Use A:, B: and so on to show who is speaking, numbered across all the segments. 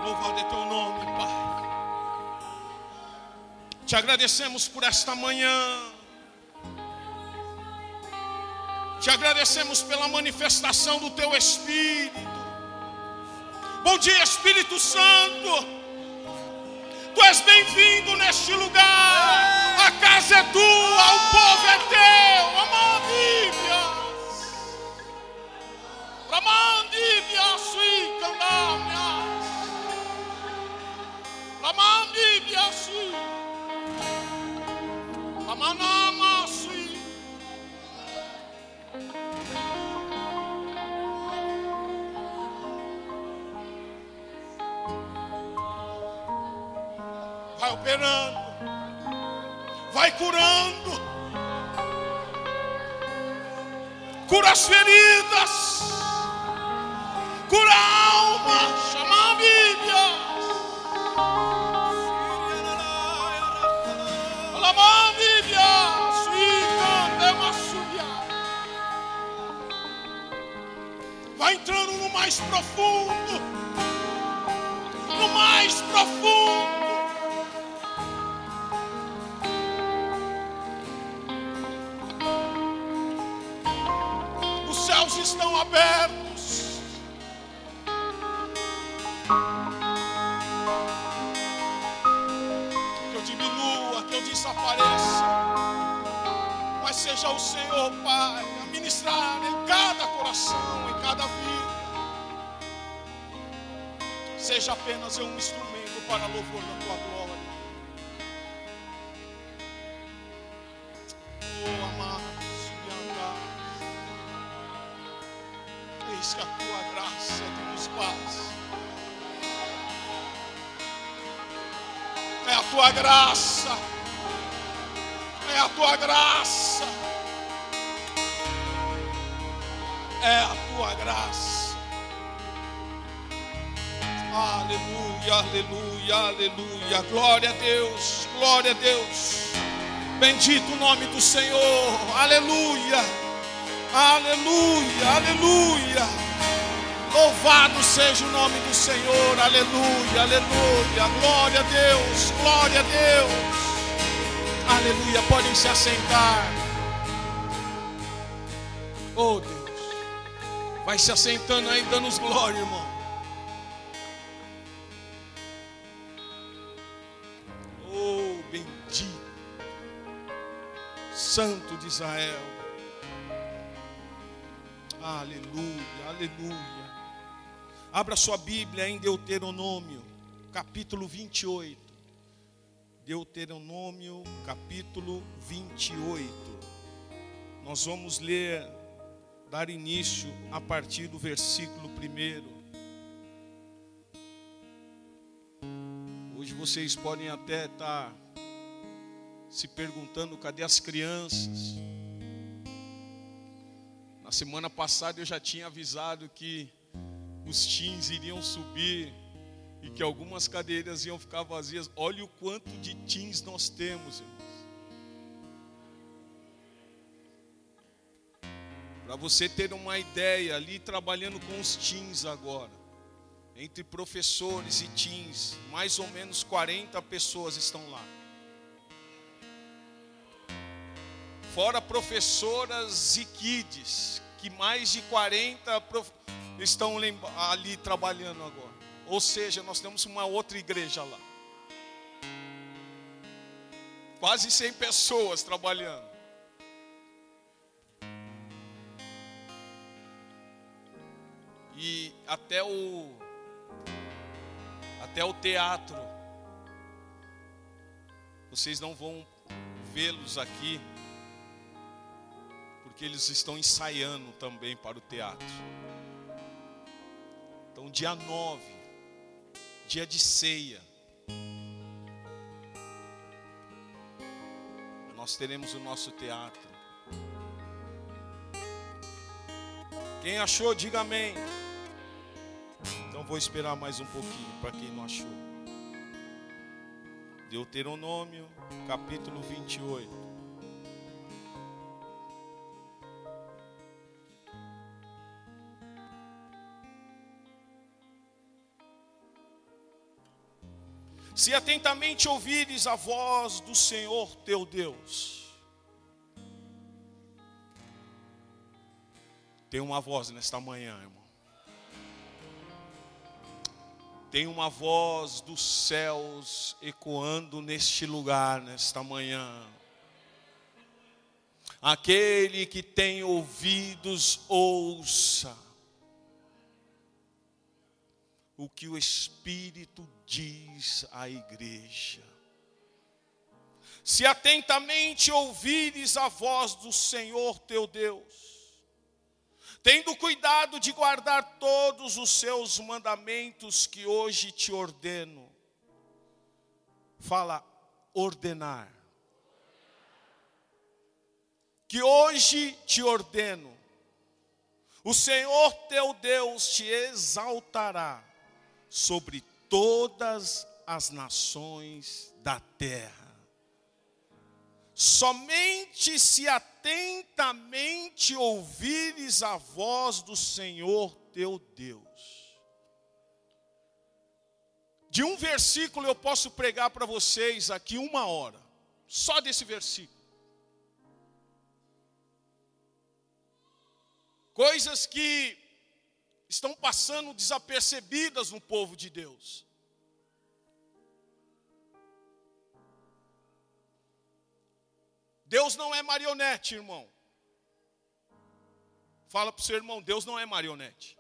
A: Louvado é teu nome, Pai. Te agradecemos por esta manhã. Te agradecemos pela manifestação do teu Espírito. Bom dia, Espírito Santo. Tu és bem-vindo neste lugar. A casa é tua, o povo é teu. Vai operando, vai curando, cura as feridas, cura a alma, chama a Bíblia. Alama Bíblia, vai entrando no mais profundo, no mais profundo. Os céus estão abertos. Que eu diminua, que eu desapareça, mas seja o Senhor, Pai, a ministrar em cada coração, em cada vida. Seja apenas um instrumento para louvor da tua glória. Oh, amado, eis que a tua graça nos faz. É a tua graça. É a tua graça. É a tua graça. Aleluia, aleluia, aleluia. Glória a Deus, glória a Deus. Bendito o nome do Senhor. Aleluia, aleluia, aleluia. Louvado seja o nome do Senhor. Aleluia, aleluia. Glória a Deus, glória a Deus. Aleluia, podem se assentar. Oh Deus, vai se assentando aí, dando-nos glória, irmão. Oh, bendito Santo de Israel. Aleluia, aleluia. Abra sua Bíblia em Deuteronômio, capítulo 28. Deuteronômio, capítulo 28. Nós vamos ler, dar início a partir do versículo 1. Hoje vocês podem até estar se perguntando, cadê as crianças? Na semana passada eu já tinha avisado que os teens iriam subir e que algumas cadeiras iam ficar vazias. Olha o quanto de teens nós temos, irmãos. Para você ter uma ideia, ali trabalhando com os teens agora, entre professores e teens, mais ou menos 40 pessoas estão lá. Fora professoras e kids, que mais de 40 estão ali trabalhando agora. Ou seja, nós temos uma outra igreja lá. Quase 100 pessoas trabalhando. E até o teatro, vocês não vão vê-los aqui, porque eles estão ensaiando também para o teatro. Então, dia 9, dia de ceia, nós teremos o nosso teatro. Quem achou, diga amém. Então vou esperar mais um pouquinho para quem não achou. Deuteronômio, capítulo 28. Se atentamente ouvires a voz do Senhor teu Deus. Tem uma voz nesta manhã, irmão. Tem uma voz dos céus ecoando neste lugar, nesta manhã. Aquele que tem ouvidos, ouça o que o Espírito diz à igreja. Se atentamente ouvires a voz do Senhor teu Deus, tendo cuidado de guardar todos os seus mandamentos que hoje te ordeno. Fala, ordenar. Que hoje te ordeno. O Senhor teu Deus te exaltará sobre todas as nações da terra. Somente se atentamente ouvires a voz do Senhor teu Deus. De um versículo eu posso pregar para vocês aqui 1 hora. Só desse versículo. Coisas que estão passando desapercebidas no povo de Deus. Deus não é marionete, irmão. Fala para o seu irmão, Deus não é marionete.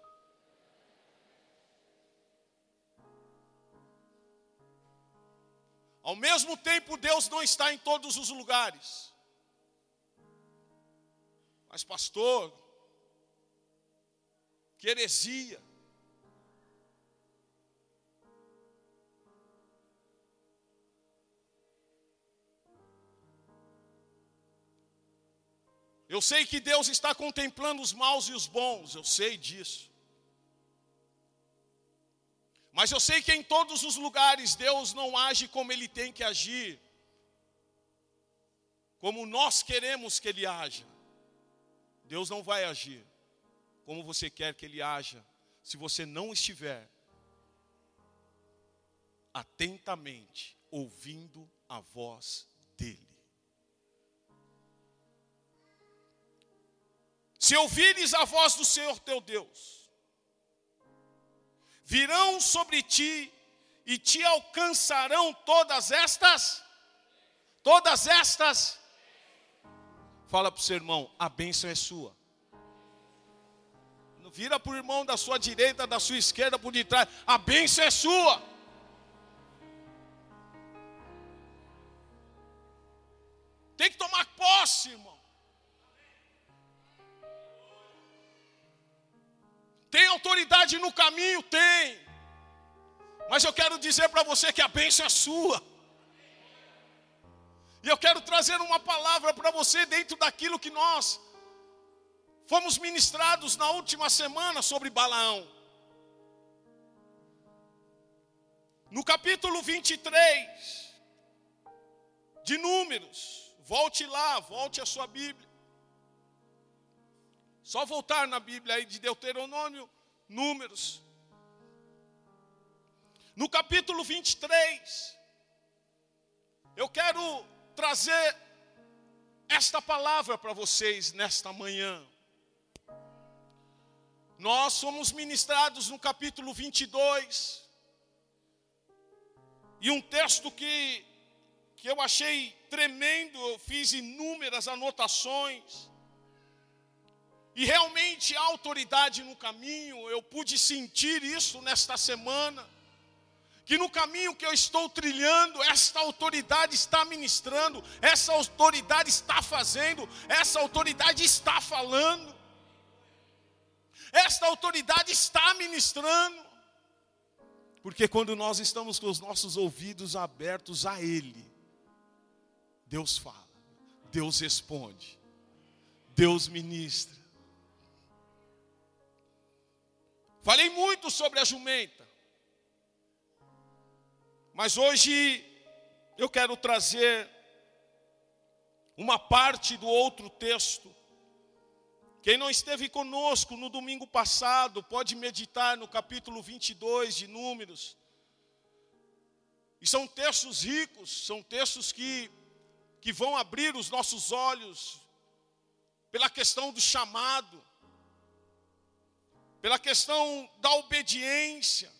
A: Ao mesmo tempo, Deus não está em todos os lugares. Mas pastor, que heresia. Eu sei que Deus está contemplando os maus e os bons, eu sei disso. Mas eu sei que em todos os lugares Deus não age como Ele tem que agir, como nós queremos que Ele haja. Deus não vai agir como você quer que Ele haja, se você não estiver atentamente ouvindo a voz dEle. Se ouvires a voz do Senhor teu Deus, virão sobre ti e te alcançarão todas estas. Fala para o seu irmão, a bênção é sua. Não vira para o irmão da sua direita, da sua esquerda, por detrás, a bênção é sua. Tem que tomar posse, irmão. Tem autoridade no caminho? Tem. Mas eu quero dizer para você que a bênção é sua. E eu quero trazer uma palavra para você dentro daquilo que nós fomos ministrados na última semana sobre Balaão. No capítulo 23 de Números, volte lá, volte a sua Bíblia. Só voltar na Bíblia aí de Deuteronômio, Números. No capítulo 23, eu quero trazer esta palavra para vocês nesta manhã. Nós somos ministrados no capítulo 22. E um texto que eu achei tremendo, eu fiz inúmeras anotações. E realmente há autoridade no caminho, eu pude sentir isso nesta semana. Que no caminho que eu estou trilhando, esta autoridade está ministrando, essa autoridade está fazendo, essa autoridade está falando. Esta autoridade está ministrando. Porque quando nós estamos com os nossos ouvidos abertos a Ele, Deus fala, Deus responde, Deus ministra. Falei muito sobre a jumenta. Mas hoje eu quero trazer uma parte do outro texto. Quem não esteve conosco no domingo passado, pode meditar no capítulo 22 de Números. E são textos ricos, são textos que vão abrir os nossos olhos pela questão do chamado, pela questão da obediência,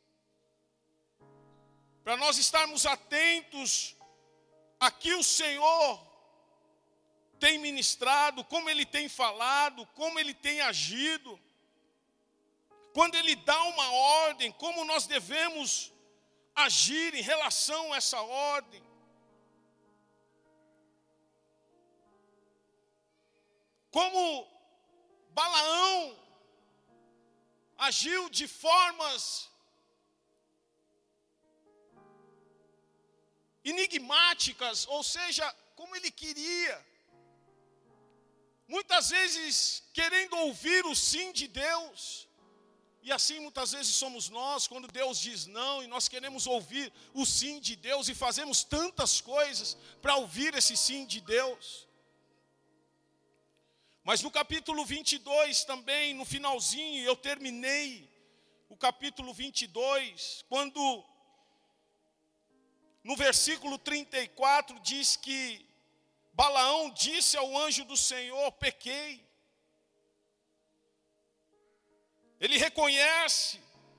A: para nós estarmos atentos a que o Senhor tem ministrado, como Ele tem falado, como Ele tem agido. Quando Ele dá uma ordem, como nós devemos agir em relação a essa ordem. Como Balaão agiu de formas enigmáticas, ou seja, como ele queria. Muitas vezes querendo ouvir o sim de Deus. E assim muitas vezes somos nós, quando Deus diz não, e nós queremos ouvir o sim de Deus, e fazemos tantas coisas para ouvir esse sim de Deus. Mas no capítulo 22 também, no finalzinho, eu terminei o capítulo 22, quando no versículo 34 diz que Balaão disse ao anjo do Senhor: pequei. Ele reconhece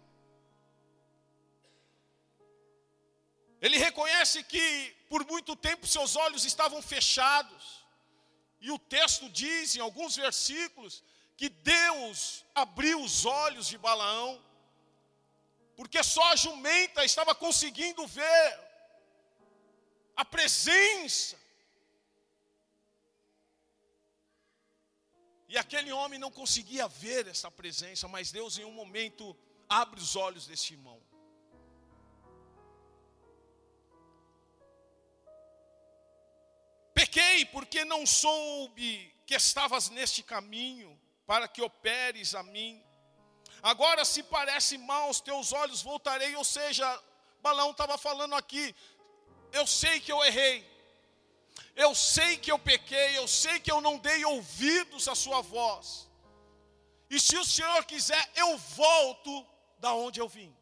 A: que por muito tempo seus olhos estavam fechados. E o texto diz, em alguns versículos, que Deus abriu os olhos de Balaão, porque só a jumenta estava conseguindo ver a presença. E aquele homem não conseguia ver essa presença, mas Deus em um momento abre os olhos desse irmão. Pequei porque não soube que estavas neste caminho, para que operes a mim. Agora se parece mal aos teus olhos, voltarei. Ou seja, Balaão estava falando aqui, eu sei que eu errei. Eu sei que eu pequei, eu sei que eu não dei ouvidos à sua voz. E se o Senhor quiser, eu volto da onde eu vim.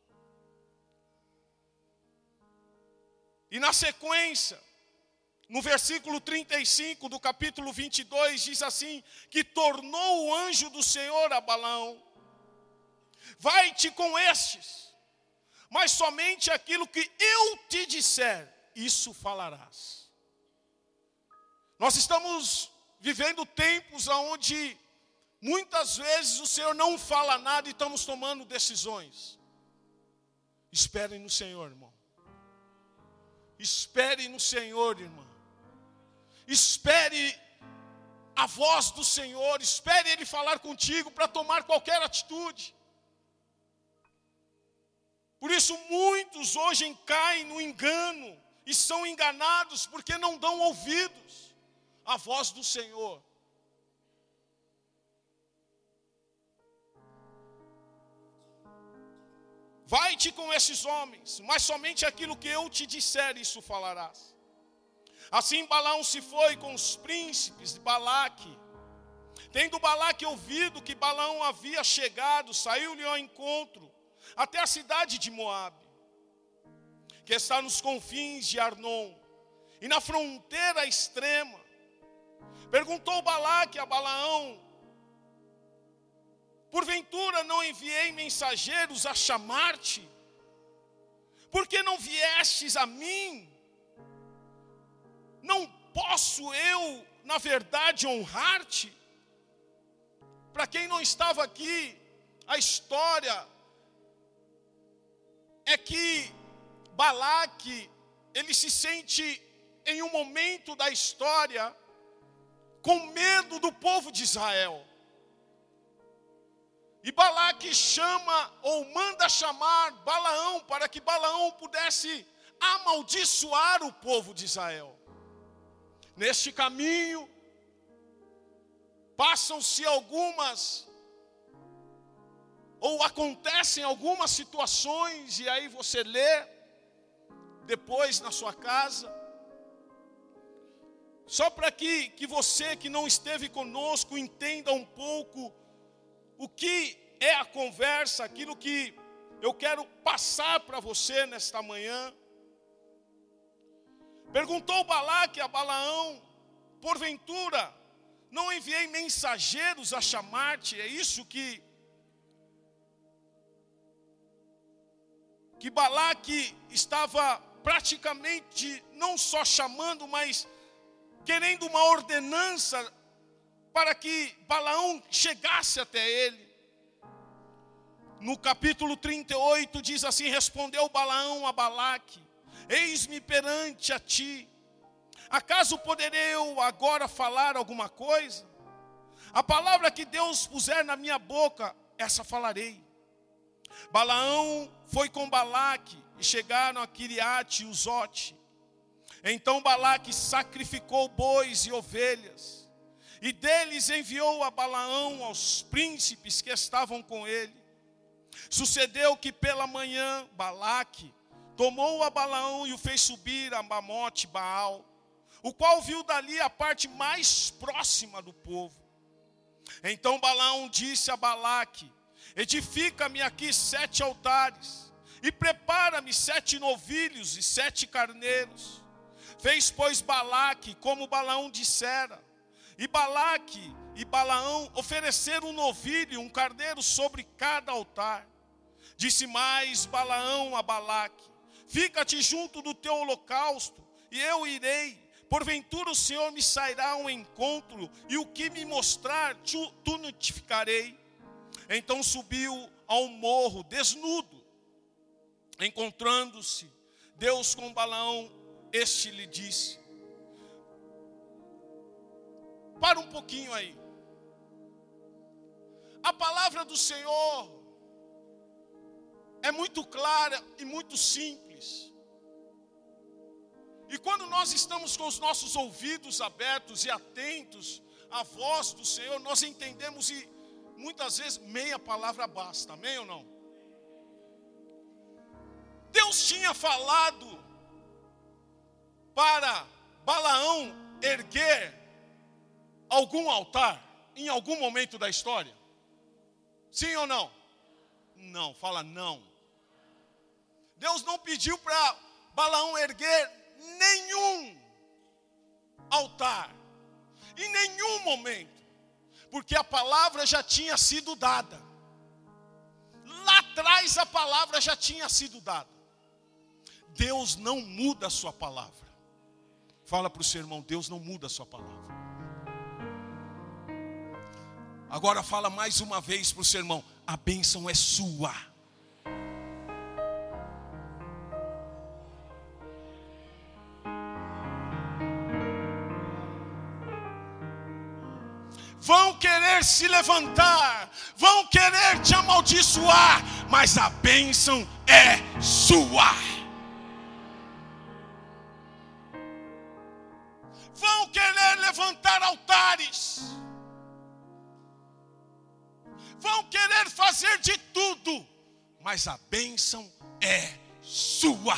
A: E na sequência, no versículo 35 do capítulo 22, diz assim, que tornou o anjo do Senhor a Balaão: vai-te com estes, mas somente aquilo que eu te disser, isso falarás. Nós estamos vivendo tempos onde muitas vezes o Senhor não fala nada e estamos tomando decisões. Espere no Senhor, irmão. Espere no Senhor, irmã. Espere a voz do Senhor, espere Ele falar contigo para tomar qualquer atitude. Por isso muitos hoje caem no engano e são enganados porque não dão ouvidos à voz do Senhor. Vai-te com esses homens, mas somente aquilo que eu te disser, isso falarás. Assim Balaão se foi com os príncipes de Balaque. Tendo Balaque ouvido que Balaão havia chegado, saiu-lhe ao encontro até a cidade de Moabe, que está nos confins de Arnon, e na fronteira extrema. Perguntou Balaque a Balaão: porventura não enviei mensageiros a chamar-te? Por que não viestes a mim? Não posso eu, na verdade, honrar-te? Para quem não estava aqui, a história é que Balaque, ele se sente em um momento da história com medo do povo de Israel. E Balaque chama ou manda chamar Balaão para que Balaão pudesse amaldiçoar o povo de Israel. Neste caminho, passam-se algumas, ou acontecem algumas situações, e aí você lê, depois na sua casa, só para que você que não esteve conosco entenda um pouco o que é a conversa, aquilo que eu quero passar para você nesta manhã. Perguntou Balaque a Balaão: porventura não enviei mensageiros a chamar-te? É isso que Balaque estava praticamente não só chamando, mas querendo uma ordenança para que Balaão chegasse até ele. No capítulo 38 diz assim: respondeu Balaão a Balaque: eis-me perante a ti, acaso poderei eu agora falar alguma coisa? A palavra que Deus puser na minha boca, essa falarei. Balaão foi com Balaque e chegaram a Quiriate-Uzote. Então Balaque sacrificou bois e ovelhas, e deles enviou a Balaão aos príncipes que estavam com ele. Sucedeu que pela manhã Balaque tomou a Balaão e o fez subir a Bamote Baal, o qual viu dali a parte mais próxima do povo. Então Balaão disse a Balaque: edifica-me aqui 7 altares, e prepara-me 7 novilhos e 7 carneiros. Fez, pois, Balaque como Balaão dissera. E Balaque e Balaão ofereceram um novilho e um carneiro sobre cada altar. Disse mais Balaão a Balaque: fica-te junto do teu holocausto, e eu irei. Porventura o Senhor me sairá ao encontro, e o que me mostrar, tu notificarei. Então subiu ao morro, desnudo. Encontrando-se Deus com Balaão, este lhe disse: para um pouquinho aí. A palavra do Senhor é muito clara e muito simples. E quando nós estamos com os nossos ouvidos abertos e atentos à voz do Senhor, nós entendemos, e muitas vezes meia palavra basta, amém ou não? Deus tinha falado para Balaão erguer algum altar em algum momento da história? Sim ou não? Não, fala não. Deus não pediu para Balaão erguer nenhum altar, em nenhum momento, porque a palavra já tinha sido dada. Lá atrás a palavra já tinha sido dada. Deus não muda a sua palavra. Fala para o seu irmão: Deus não muda a sua palavra. Agora fala mais uma vez para o seu irmão: a bênção é sua. Vão querer se levantar, vão querer te amaldiçoar, mas a bênção é sua. Vão querer levantar altares, vão querer fazer de tudo, mas a bênção é sua.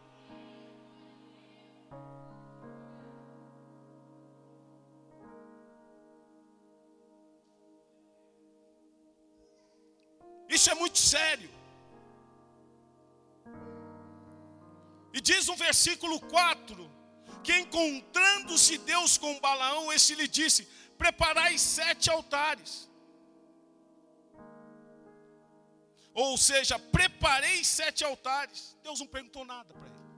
A: Isso é muito sério. E diz no versículo 4, que encontrando-se Deus com Balaão, esse lhe disse: preparai 7 altares. Ou seja, preparei 7 altares. Deus não perguntou nada para ele.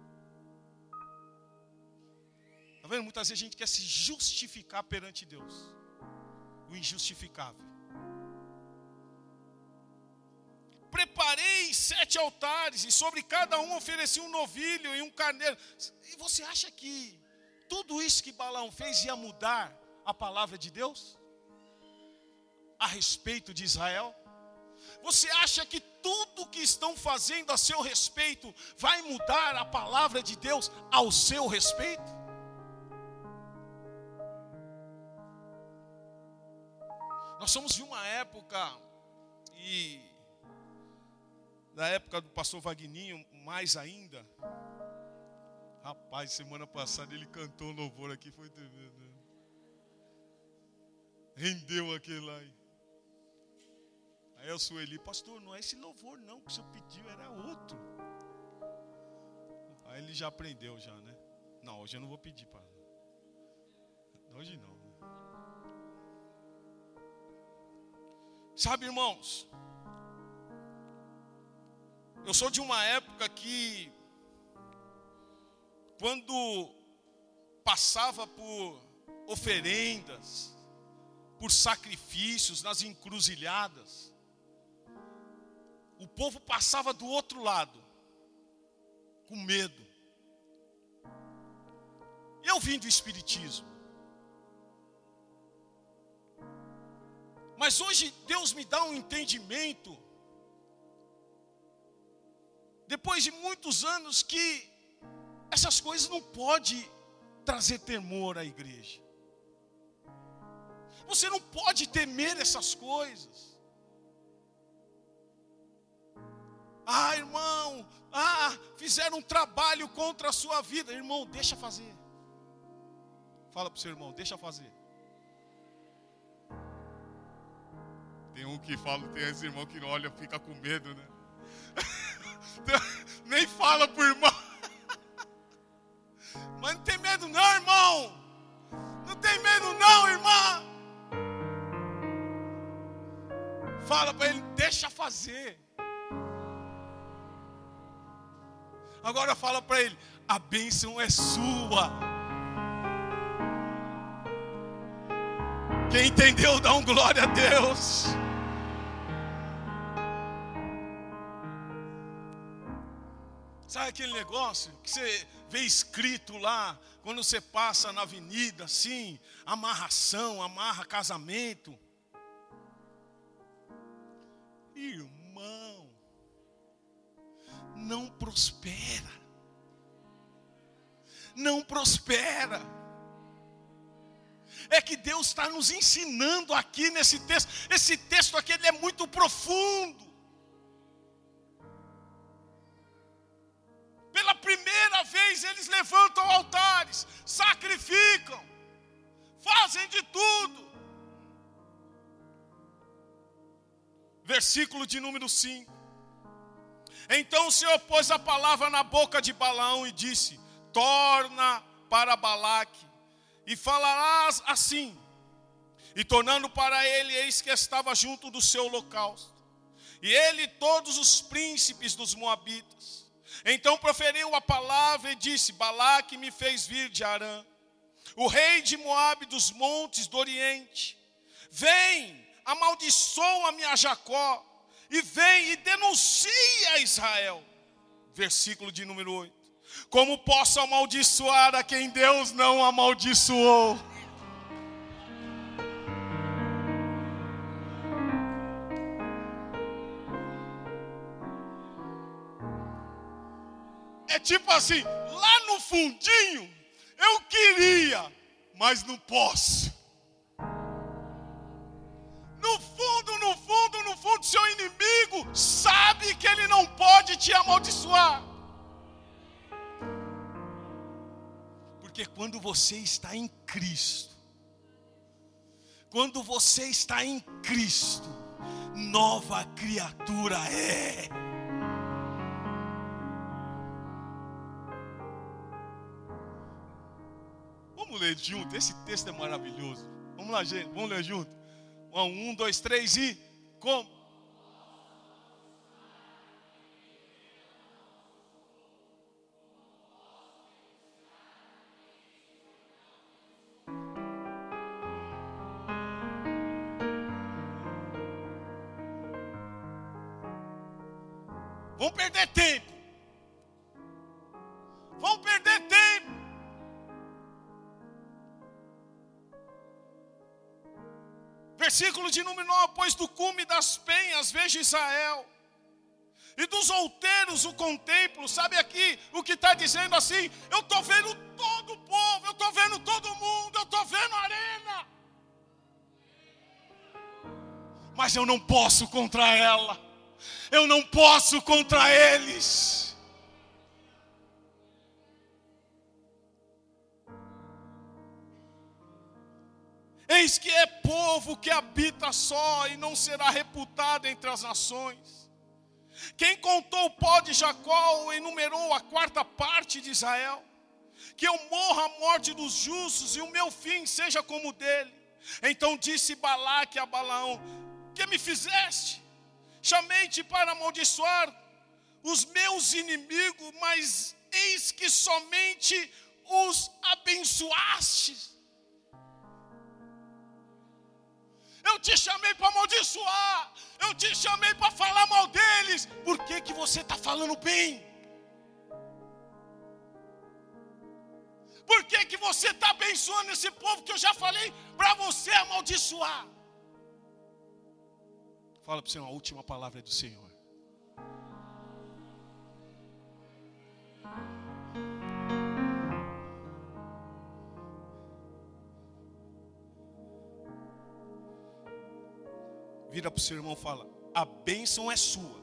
A: Está vendo? Muitas vezes a gente quer se justificar perante Deus. O injustificável. Preparei 7 altares, e sobre cada um ofereci um novilho e um carneiro. E você acha que tudo isso que Balaão fez ia mudar a palavra de Deus a respeito de Israel? Você acha que tudo que estão fazendo a seu respeito vai mudar a palavra de Deus ao seu respeito? Nós somos de uma época, e da época do pastor Vagninho, mais ainda. Rapaz, semana passada ele cantou um louvor aqui, foi tremendo. Rendeu aquele lá. Aí eu Sueli: pastor, não é esse louvor não, que o senhor pediu, era outro. Aí ele já aprendeu já, né? Não, hoje eu não vou pedir para. Hoje não. Sabe, irmãos, eu sou de uma época que, quando passava por oferendas, por sacrifícios nas encruzilhadas, o povo passava do outro lado, com medo. Eu vim do Espiritismo. Mas hoje Deus me dá um entendimento, depois de muitos anos, que essas coisas não podem trazer temor à igreja. Você não pode temer essas coisas. Ah, irmão, fizeram um trabalho contra a sua vida. Irmão, deixa fazer. Fala para o seu irmão, deixa fazer. Tem um que fala, tem esse irmão que olha, fica com medo, né? Nem fala pro irmão. Mas não tem medo não, irmão. Não tem medo não, irmã. Fala para ele, deixa fazer. Agora fala para ele, a bênção é sua. Quem entendeu, dá um glória a Deus. Sabe aquele negócio que você vê escrito lá, quando você passa na avenida, assim, amarração, amarra casamento. Irmão, não prospera. Não prospera. É que Deus está nos ensinando aqui nesse texto. Esse texto aqui ele é muito profundo. Pela primeira vez eles levantam altares, sacrificam, fazem de tudo. Versículo de número 5. Então o Senhor pôs a palavra na boca de Balaão e disse: torna para Balaque e falarás assim. E tornando para ele, eis que estava junto do seu holocausto, e ele e todos os príncipes dos moabitas. Então proferiu a palavra e disse: Balaque me fez vir de Arã, o rei de Moabe dos montes do Oriente. Vem, amaldiçoa-me a Jacó, e vem e denuncia a Israel. Versículo de número 8. Como posso amaldiçoar a quem Deus não amaldiçoou? É tipo assim, lá no fundinho, eu queria, mas não posso. No fundo, seu inimigo sabe que ele não pode te amaldiçoar. Porque quando você está em Cristo, nova criatura é. Vamos ler junto, esse texto é maravilhoso. Vamos lá, gente, vamos ler junto. 1, 2, 3 e como? Vamos perder tempo. Versículo de número 9. Pois do cume das penhas vejo Israel, e dos outeiros o contemplo. Sabe aqui o que está dizendo assim? Eu estou vendo todo o povo, eu estou vendo todo mundo, eu estou vendo a arena. Mas eu não posso contra ela. Eu não posso contra eles. Eis que é povo que habita só e não será reputado entre as nações. Quem contou o pó de Jacó enumerou a quarta parte de Israel. que eu morra a morte dos justos e o meu fim seja como o dele. Então disse Balaque a Balaão: que me fizeste? Chamei-te para amaldiçoar os meus inimigos, mas eis que somente os abençoaste. Eu te chamei para amaldiçoar, eu te chamei para falar mal deles. Por que você está falando bem? Por que você está abençoando esse povo que eu já falei para você amaldiçoar? Fala para o Senhor, a última palavra é do Senhor. Vira para o seu irmão e fala: a bênção é sua.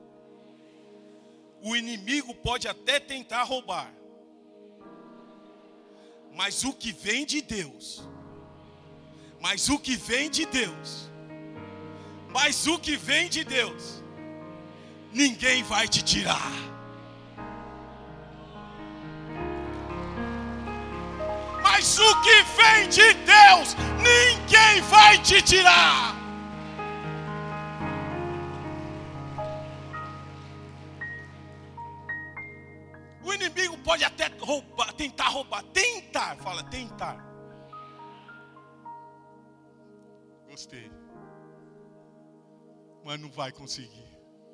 A: O inimigo pode até tentar roubar, mas o que vem de Deus, ninguém vai te tirar. Mas o que vem de Deus, ninguém vai te tirar. O inimigo pode até tentar roubar. Fala, tentar. Gostei. Mas não vai conseguir.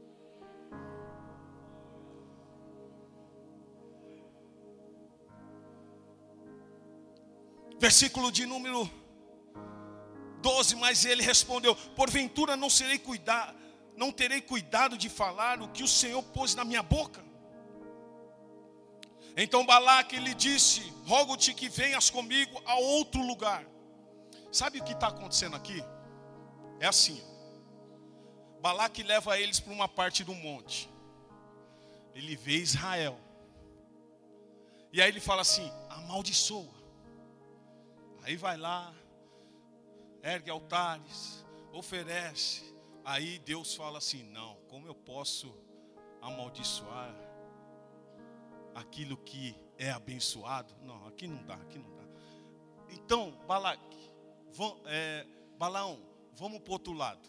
A: Versículo de número 12, mas ele respondeu: porventura não terei cuidado de falar o que o Senhor pôs na minha boca? Então Balaque lhe disse: rogo-te que venhas comigo a outro lugar. Sabe o que está acontecendo aqui? É assim: Balaque leva eles para uma parte do monte. Ele vê Israel. E aí ele fala assim: amaldiçoa. Aí vai lá, ergue altares, oferece. Aí Deus fala assim: não, como eu posso amaldiçoar aquilo que é abençoado? Não, aqui não dá. Então, Balaão, vamos para o outro lado.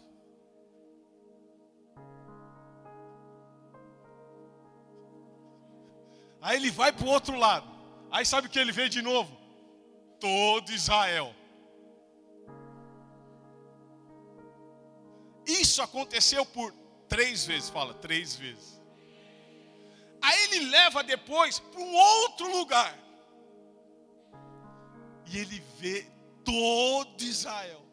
A: Aí ele vai para o outro lado. Aí sabe o que ele vê de novo? Todo Israel. Isso aconteceu por 3 vezes. Fala, 3 vezes. Aí ele leva depois para um outro lugar. E ele vê todo Israel.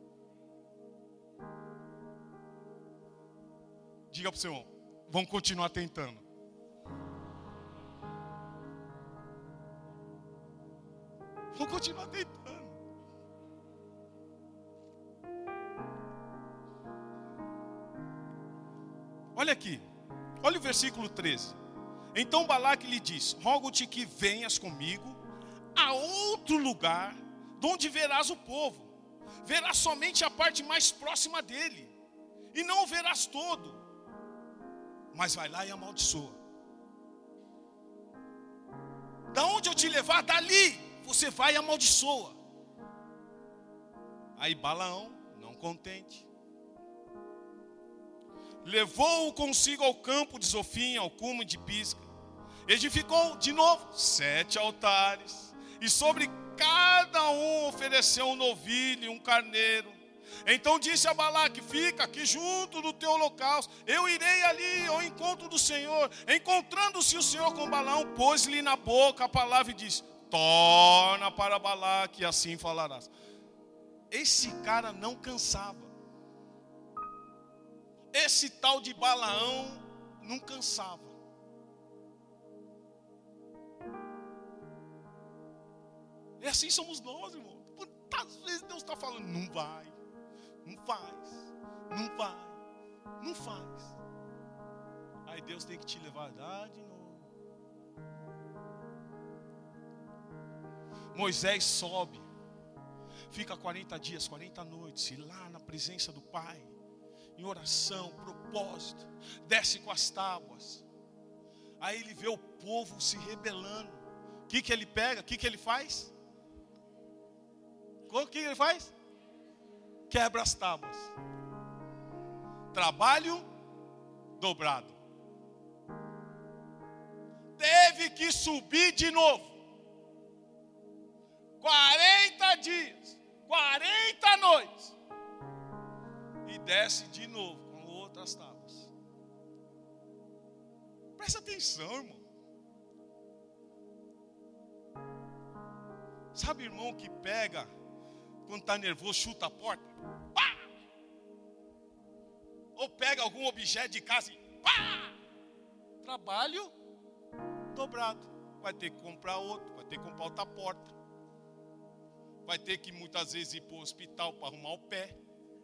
A: Diga para o seu irmão: vamos continuar tentando. Vamos continuar tentando. Olha aqui. Olha o versículo 13. Então Balaque lhe disse: rogo-te que venhas comigo a outro lugar, de onde verás o povo. Verás somente a parte mais próxima dele, e não o verás todo. Mas vai lá e amaldiçoa. Da onde eu te levar, dali você vai e amaldiçoa. Aí Balaão, não contente, levou-o consigo ao campo de Zofim, ao cume de Pisga. Edificou de novo 7 altares, e sobre cada um ofereceu um novilho e um carneiro. Então disse a Balaque: fica aqui junto do teu holocausto, eu irei ali ao encontro do Senhor. Encontrando-se o Senhor com Balaão, pôs-lhe na boca a palavra e disse: torna para Balaque, e assim falarás. Esse cara não cansava. Esse tal de Balaão não cansava. E assim somos nós, irmão. Quantas vezes Deus está falando: não vai, não faz, não vai, não faz. Aí Deus tem que te levar de novo. Moisés sobe, fica 40 dias, 40 noites, e lá na presença do Pai, em oração, propósito, desce com as tábuas. Aí ele vê o povo se rebelando, que ele pega? O que ele faz? O que ele faz? Quebra as tábuas. Trabalho dobrado. Teve que subir de novo. 40 dias, 40 noites. E desce de novo com outras tábuas. Presta atenção, irmão. Sabe, irmão, que pega, quando está nervoso, chuta a porta? Pá! Ou pega algum objeto de casa e pá! Trabalho dobrado. Vai ter que comprar outro, vai ter que comprar outra porta. Vai ter que muitas vezes ir para o hospital para arrumar o pé.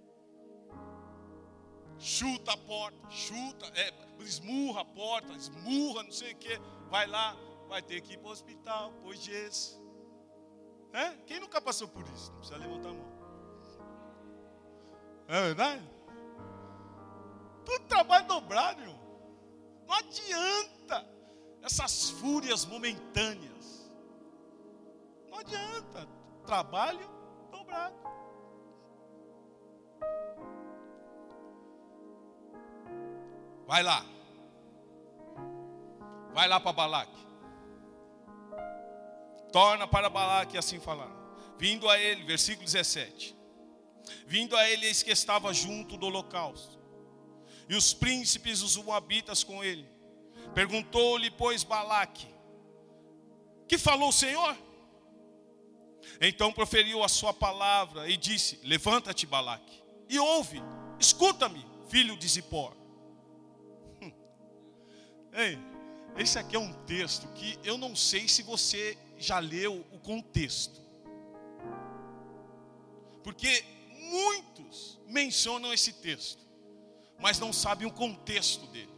A: Chuta a porta, esmurra a porta, esmurra não sei o que. Vai lá, vai ter que ir para o hospital, pôs gesso. Quem nunca passou por isso? Não precisa levantar a mão. É verdade? Tudo trabalho dobrado, irmão. Não adianta essas fúrias momentâneas. Não adianta. Trabalho dobrado. Vai lá. Vai lá para Balaque. Torna para Balaque assim falar. Vindo a ele, versículo 17. Vindo a ele, eis que estava junto do holocausto. E os príncipes, os moabitas com ele. Perguntou-lhe, pois, Balaque: que falou o Senhor? Então proferiu a sua palavra e disse: levanta-te, Balaque, e ouve, escuta-me, filho de Zippor. Ei, esse aqui é um texto que eu não sei se você já leu o contexto. Porque muitos mencionam esse texto, mas não sabem o contexto dele.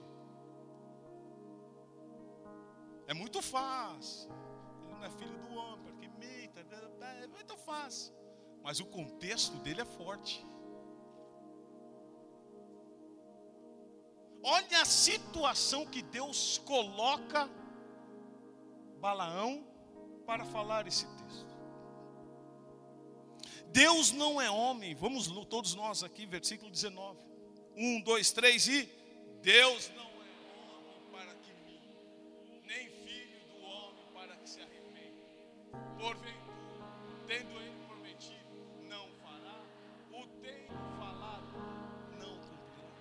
A: É muito fácil. Ele não é filho do homem, porque imita, é muito fácil. Mas o contexto dele é forte. Olha a situação que Deus coloca Balaão para falar esse texto. Deus não é homem. Vamos todos nós aqui, versículo 19. 1, 2, 3 e... Deus não é homem para que minta, nem filho do homem para que se arrependa. Porventura, tendo ele prometido, não fará, o tendo falado, não cumprirá.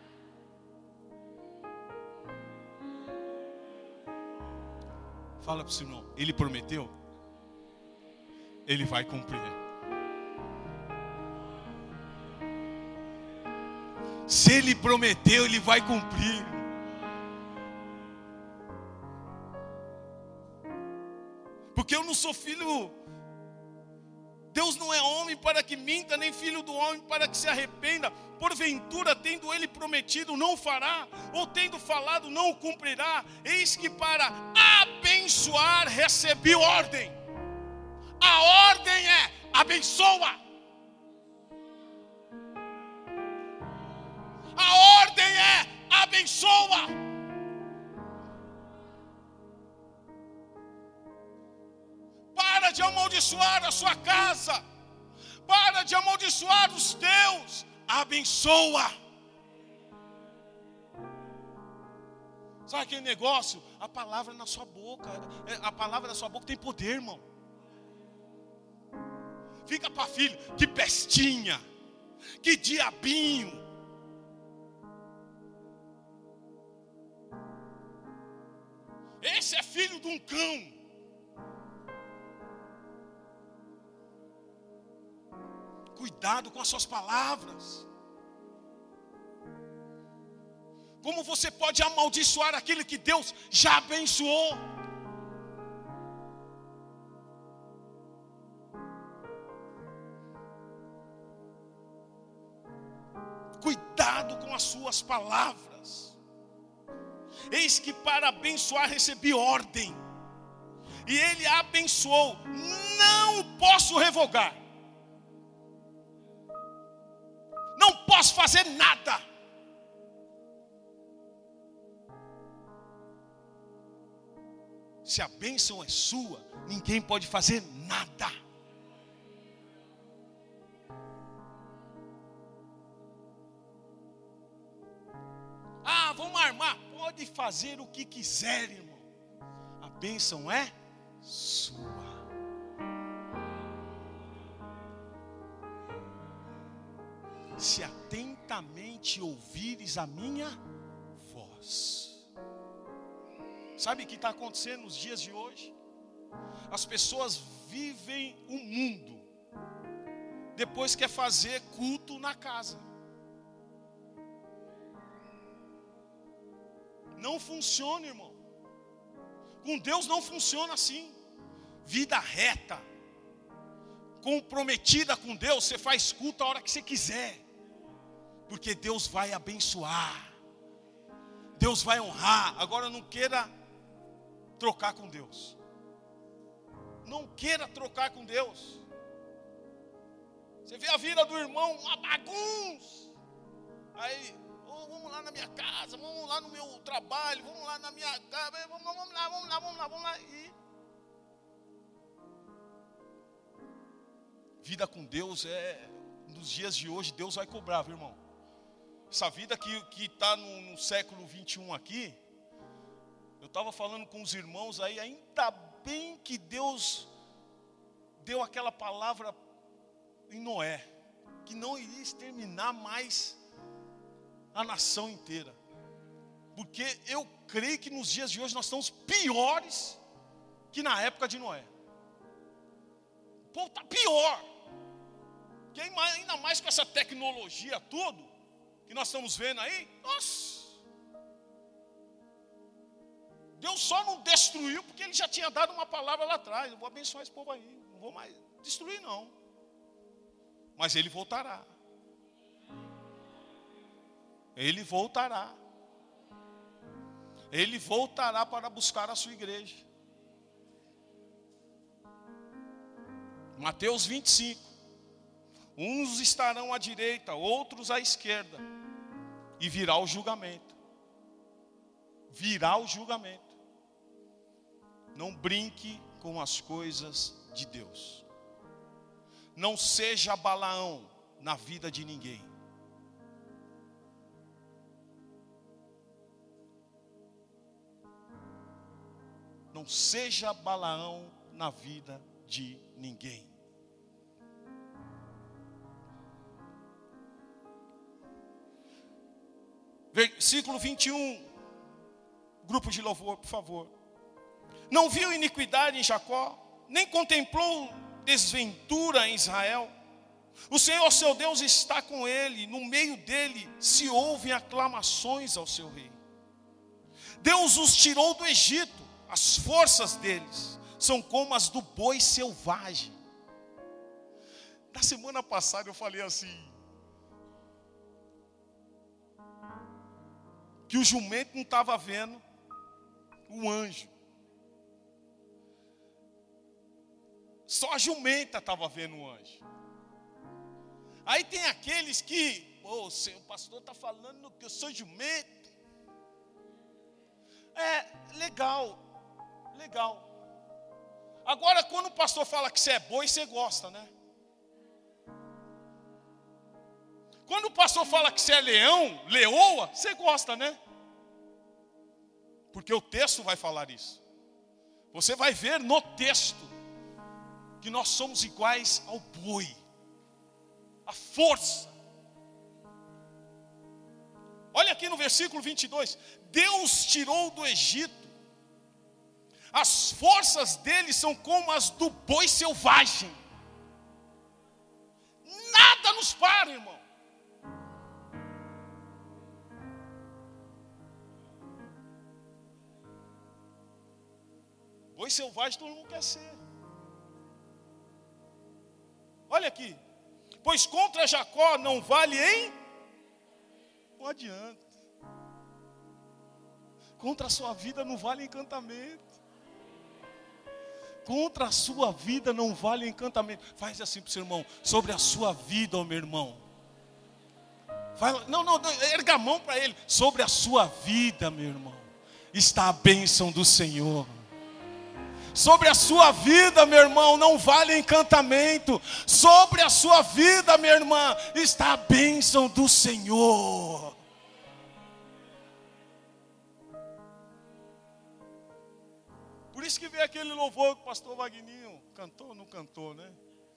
A: Fala para o seu irmão, ele prometeu, ele vai cumprir. Se ele prometeu, ele vai cumprir. Porque eu não sou filho. Deus não é homem para que minta, nem filho do homem para que se arrependa. Porventura, tendo ele prometido, não fará, ou tendo falado, não o cumprirá. Eis que para abençoar recebi ordem. A ordem é: abençoa. A ordem é: abençoa. Para de amaldiçoar a sua casa. Para de amaldiçoar os teus. Abençoa. Sabe aquele negócio? A palavra na sua boca. A palavra na sua boca tem poder, irmão. Fica para filho, que pestinha, que diabinho. Esse é filho de um cão. Cuidado com as suas palavras. Como você pode amaldiçoar aquilo que Deus já abençoou? Cuidado com as suas palavras. Eis que para abençoar recebi ordem. E ele abençoou. Não posso revogar. Não posso fazer nada. Se a bênção é sua, ninguém pode fazer nada. Ah, vamos armar. Pode fazer o que quiser, irmão. A bênção é sua. Se atentamente ouvires a minha voz. Sabe o que está acontecendo nos dias de hoje? As pessoas vivem o mundo, depois quer fazer culto na casa. Não funciona, irmão. Com Deus não funciona assim. Vida reta, comprometida com Deus, você faz culto a hora que você quiser, porque Deus vai abençoar, Deus vai honrar. Agora não queira trocar com Deus. Não queira trocar com Deus. Você vê a vida do irmão, uma bagunça. Aí, vamos lá na minha casa, vamos lá no meu trabalho, vamos lá na minha casa, vamos lá. E vida com Deus nos dias de hoje, Deus vai cobrar, viu, irmão? Essa vida que está no século 21 aqui, eu estava falando com os irmãos aí, ainda bem que Deus deu aquela palavra em Noé, que não iria exterminar mais a nação inteira. Porque eu creio que nos dias de hoje nós estamos piores que na época de Noé. O povo está pior. Porque ainda mais com essa tecnologia tudo que nós estamos vendo aí, nossa. Deus só não destruiu porque Ele já tinha dado uma palavra lá atrás. Eu vou abençoar esse povo aí, não vou mais destruir não. Mas Ele voltará. Ele voltará. Ele voltará para buscar a sua igreja. Mateus 25. Uns estarão à direita, outros à esquerda. E virá o julgamento. Virá o julgamento. Não brinque com as coisas de Deus. Não seja Balaão na vida de ninguém. Não seja Balaão na vida de ninguém. Versículo 21. Grupo de louvor, por favor. Não viu iniquidade em Jacó, nem contemplou desventura em Israel. O Senhor seu Deus está com ele, no meio dele se ouvem aclamações ao seu rei. Deus os tirou do Egito, as forças deles são como as do boi selvagem. Na semana passada eu falei assim, que o jumento não estava vendo o anjo. Só a jumenta estava vendo o anjo. Aí tem aqueles que, o pastor está falando que eu sou jumento. Legal. Agora, quando o pastor fala que você é boi, você gosta, né? Quando o pastor fala que você é leão, leoa, você gosta, né? Porque o texto vai falar isso. Você vai ver no texto que nós somos iguais ao boi. A força. Olha aqui no versículo 22. Deus tirou do Egito. As forças dele são como as do boi selvagem. Nada nos para, irmão. Boi selvagem todo mundo quer ser. Olha aqui. Pois contra Jacó não vale em... Não adianta. Contra a sua vida não vale encantamento. Contra a sua vida não vale encantamento. Faz assim para o seu irmão. Sobre a sua vida, ó meu irmão. Não, erga a mão para ele. Sobre a sua vida, meu irmão, está a bênção do Senhor. Sobre a sua vida, meu irmão, não vale encantamento. Sobre a sua vida, minha irmã, está a bênção do Senhor. Por isso que veio aquele louvor que o pastor Wagninho cantou ou não cantou, né?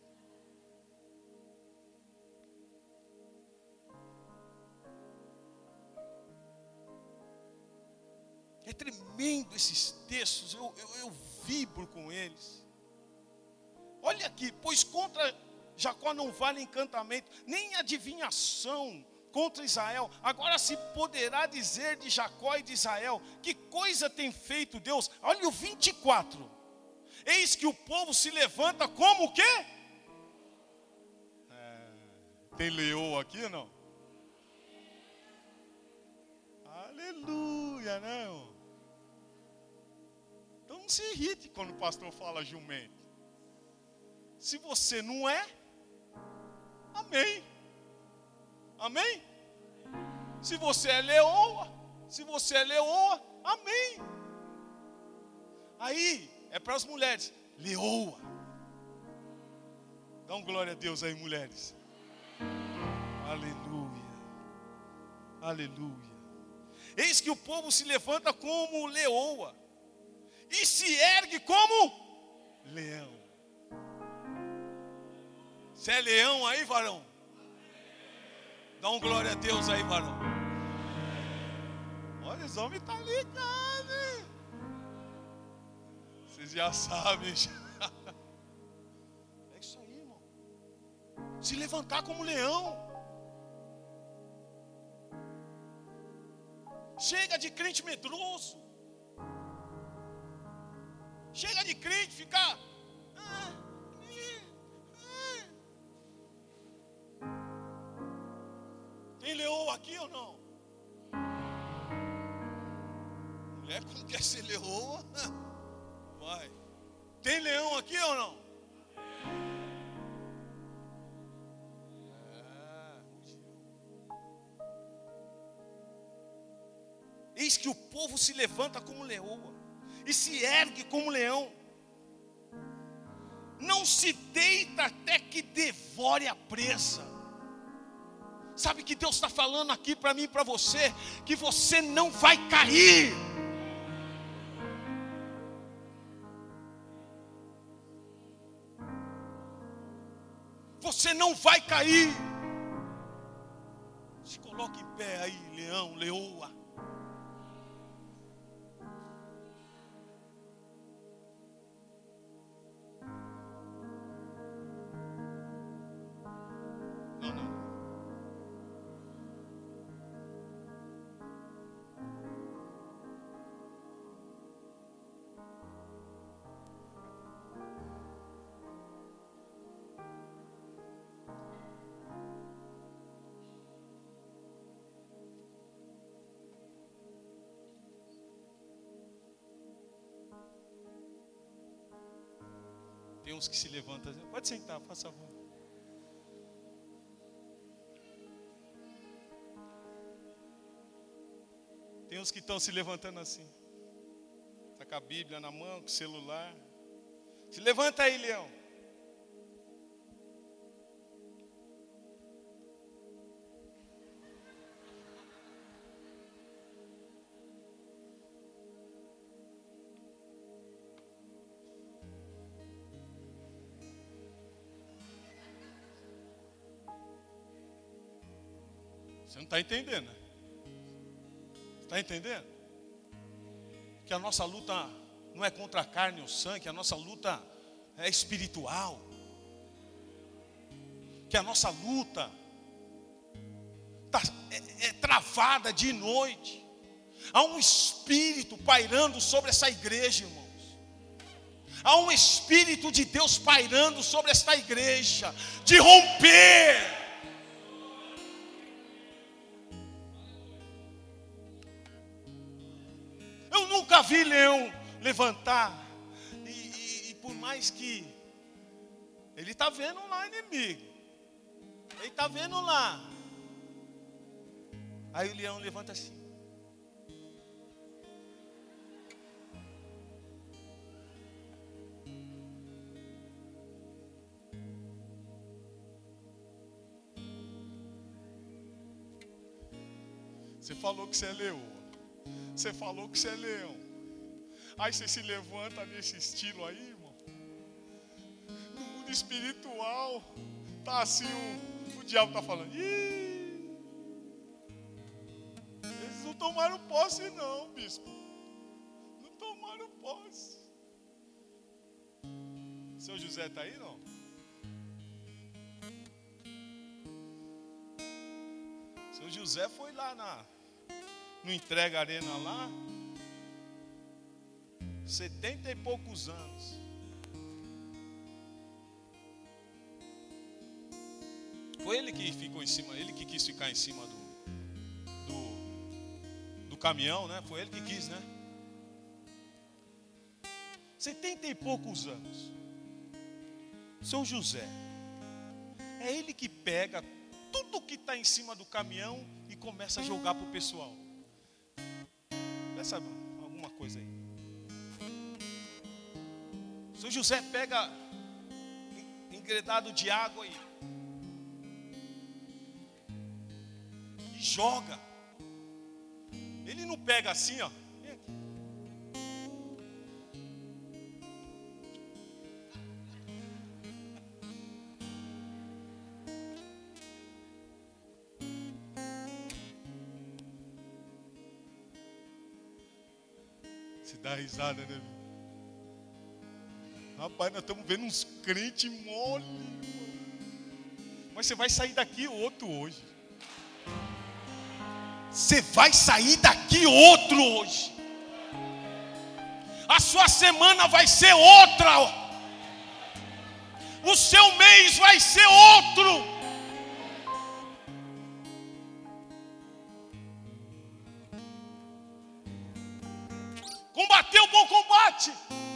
A: É tremendo esses textos, eu vibro com eles. Olha aqui, pois contra Jacó não vale encantamento, nem adivinhação contra Israel. Agora se poderá dizer de Jacó e de Israel, que coisa tem feito Deus? Olha o 24. Eis que o povo se levanta como o quê? Tem leão aqui ou não? Aleluia, não? Então não se irrite quando o pastor fala jumento. Se você não é, amém. Amém? Se você é leoa, amém. Aí, é para as mulheres, leoa. Dá um glória a Deus aí, mulheres. Aleluia. Aleluia. Eis que o povo se levanta como leoa e se ergue como leão. Você é leão aí, varão? Dá um glória a Deus aí, varão. Olha, os homens estão ligados. Vocês já sabem. É isso aí, irmão. Se levantar como leão. Chega de crente medroso. Chega de crente ficar. Tem leão aqui ou não? Mulher quando quer ser leoa, vai. Tem leão aqui ou não? Eis que o povo se levanta como leoa e se ergue como leão. Não se deita até que devore a presa. Sabe que Deus está falando aqui para mim e para você, que você não vai cair. Você não vai cair. Se coloque em pé aí, leão, leoa. Tem uns que se levantam. Pode sentar, faça favor. Tem uns que estão se levantando assim. Está com a Bíblia na mão, com o celular. Se levanta aí, leão. Você não está entendendo, né? Está entendendo? Que a nossa luta não é contra a carne ou sangue, que a nossa luta é espiritual. Que a nossa luta é travada de noite. Há um espírito pairando sobre essa igreja, irmãos. Há um espírito de Deus pairando sobre esta igreja, de romper. Eu nunca vi leão levantar. E por mais que ele está vendo lá o inimigo. Ele está vendo lá. Aí o leão levanta assim. Você falou que você é leoa. Você falou que você é leão. Aí você se levanta nesse estilo aí, irmão. No mundo espiritual, tá assim, o diabo tá falando. Ih, eles não tomaram posse não, bispo. Não tomaram posse. Seu José tá aí, não? Seu José foi lá no Entrega Arena lá, 70 e poucos anos. Foi ele que ficou em cima, ele que quis ficar em cima do caminhão, né? Foi ele que quis, né? 70 e poucos anos. Seu José, é ele que pega tudo que está em cima do caminhão e começa a jogar para o pessoal. Pensa alguma coisa aí. Seu José pega engredado de água e joga. Ele não pega assim, ó. Você dá risada, né? Rapaz, nós estamos vendo uns crentes mole. Mas você vai sair daqui outro hoje. Você vai sair daqui outro hoje. A sua semana vai ser outra. O seu mês vai ser outro. Combateu o bom combate.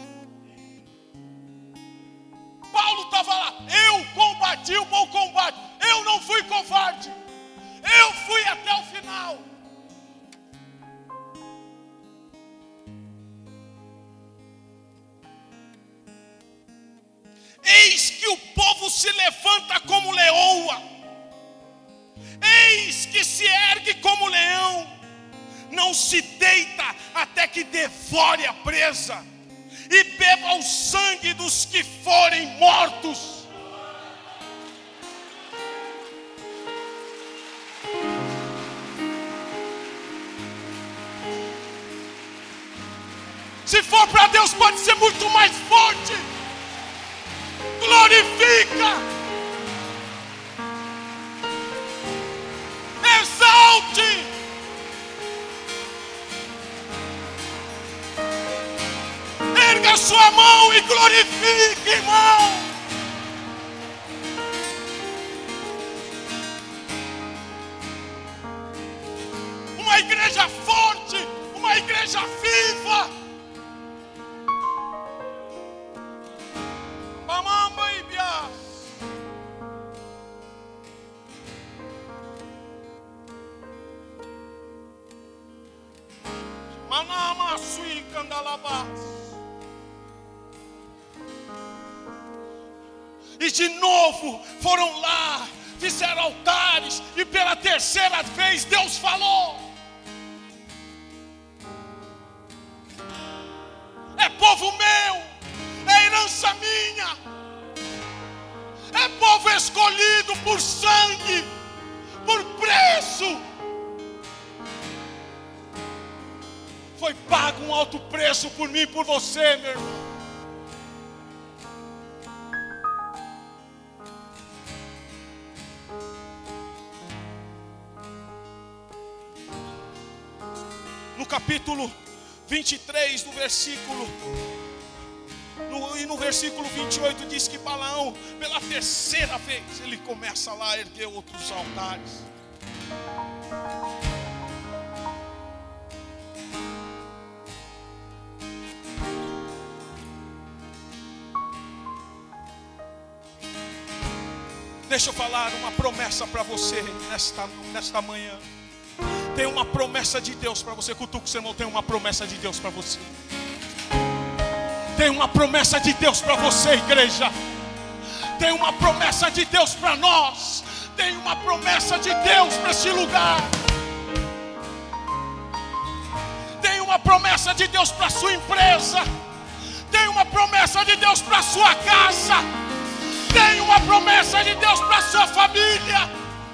A: Paulo estava lá. Eu combati o bom combate. Eu não fui covarde. Eu fui até o final. Eis que o povo se levanta como leoa. Eis que se ergue como leão. Não se deita até que devore a presa e beba o sangue dos que forem mortos. Se for para Deus, pode ser muito mais forte. Glorifica. Exalte. Erga a sua mão e glorifique, irmão. Uma igreja forte, uma igreja viva. Mamãe e Bias. Manama sui candalabás. E de novo foram lá, fizeram altares, e pela terceira vez Deus falou. É povo meu, é herança minha, é povo escolhido por sangue, por preço. Foi pago um alto preço por mim e por você, meu irmão. No capítulo 23 do versículo e no versículo 28 diz que Balaão, pela terceira vez, ele começa lá a erguer outros altares. Deixa eu falar uma promessa para você nesta manhã. Tem uma promessa de Deus para você. Cutuca o seu irmão, tem uma promessa de Deus para você. Tem uma promessa de Deus para você, igreja. Tem uma promessa de Deus para nós. Tem uma promessa de Deus para este lugar. uma promessa de Deus para a sua empresa. Tem uma promessa de Deus para a sua casa. Tem uma promessa de Deus para a sua família.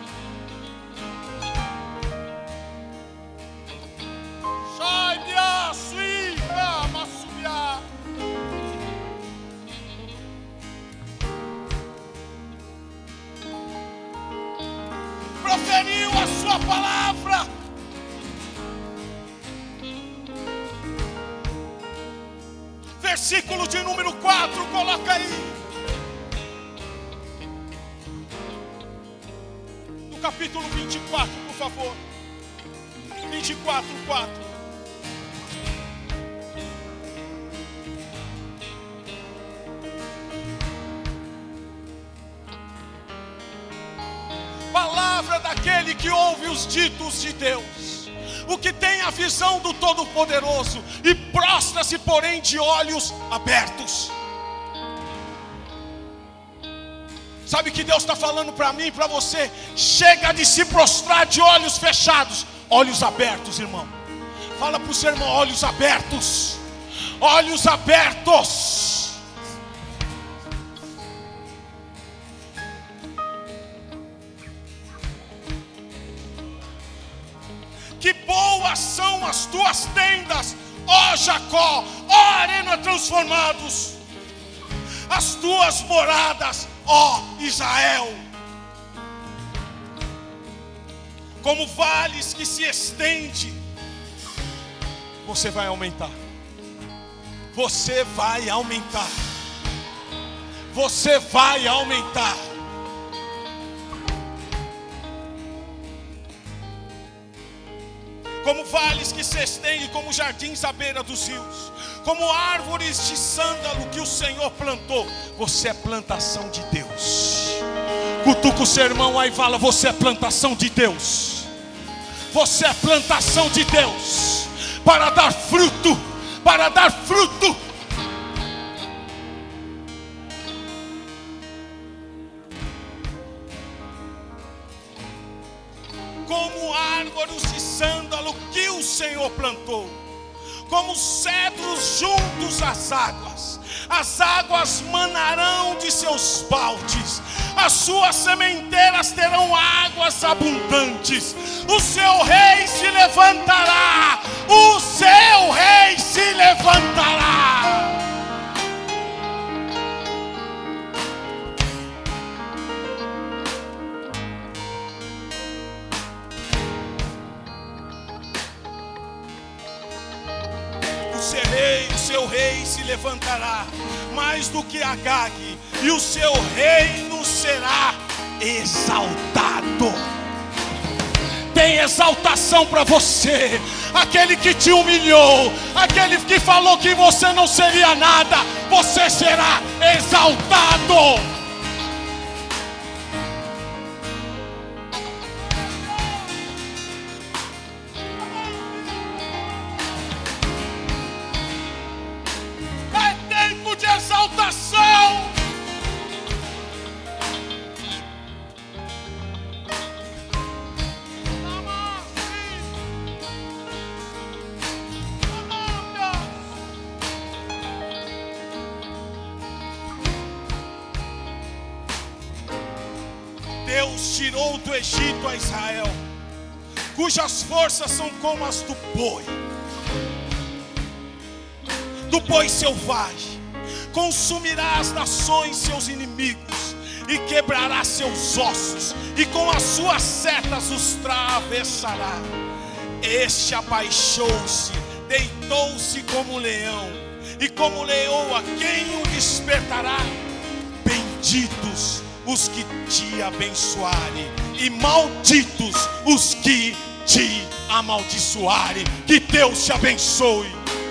A: Proferiu a sua palavra. Versículo de número 4, coloca aí. No capítulo 24, por favor. 24, 4. Palavra daquele que ouve os ditos de Deus, o que tem a visão do Todo-Poderoso e prostra-se, porém, de olhos abertos. Sabe o que Deus está falando para mim e para você? Chega de se prostrar de olhos fechados, olhos abertos, irmão. Fala para o seu irmão, olhos abertos, olhos abertos. Que boas são as tuas tendas, ó Jacó, ó Arena transformados, as tuas moradas, ó Israel. Como vales que se estende, você vai aumentar. Você vai aumentar. Você vai aumentar. Como vales que se estendem, como jardins à beira dos rios, como árvores de sândalo que o Senhor plantou. Você é plantação de Deus. Cutuca o seu irmão aí e fala: você é plantação de Deus. Você é plantação de Deus, para dar fruto, para dar fruto. Como árvores de sândalo que o Senhor plantou, como cedros juntos às águas. As águas manarão de seus baldes, as suas sementeiras terão águas abundantes. O seu rei se levantará, o seu rei se levantará. O seu rei se levantará mais do que Agag, e o seu reino será exaltado. Tem exaltação para você. Aquele que te humilhou, aquele que falou que você não seria nada, você será exaltado. Deus tirou do Egito a Israel, cujas forças são como as do boi selvagem. Consumirá as nações seus inimigos e quebrará seus ossos, e com as suas setas os atravessará. Este abaixou-se, deitou-se como leão, e como leoa quem o despertará? Benditos os que te abençoarem, e malditos os que te amaldiçoarem. Que Deus te abençoe.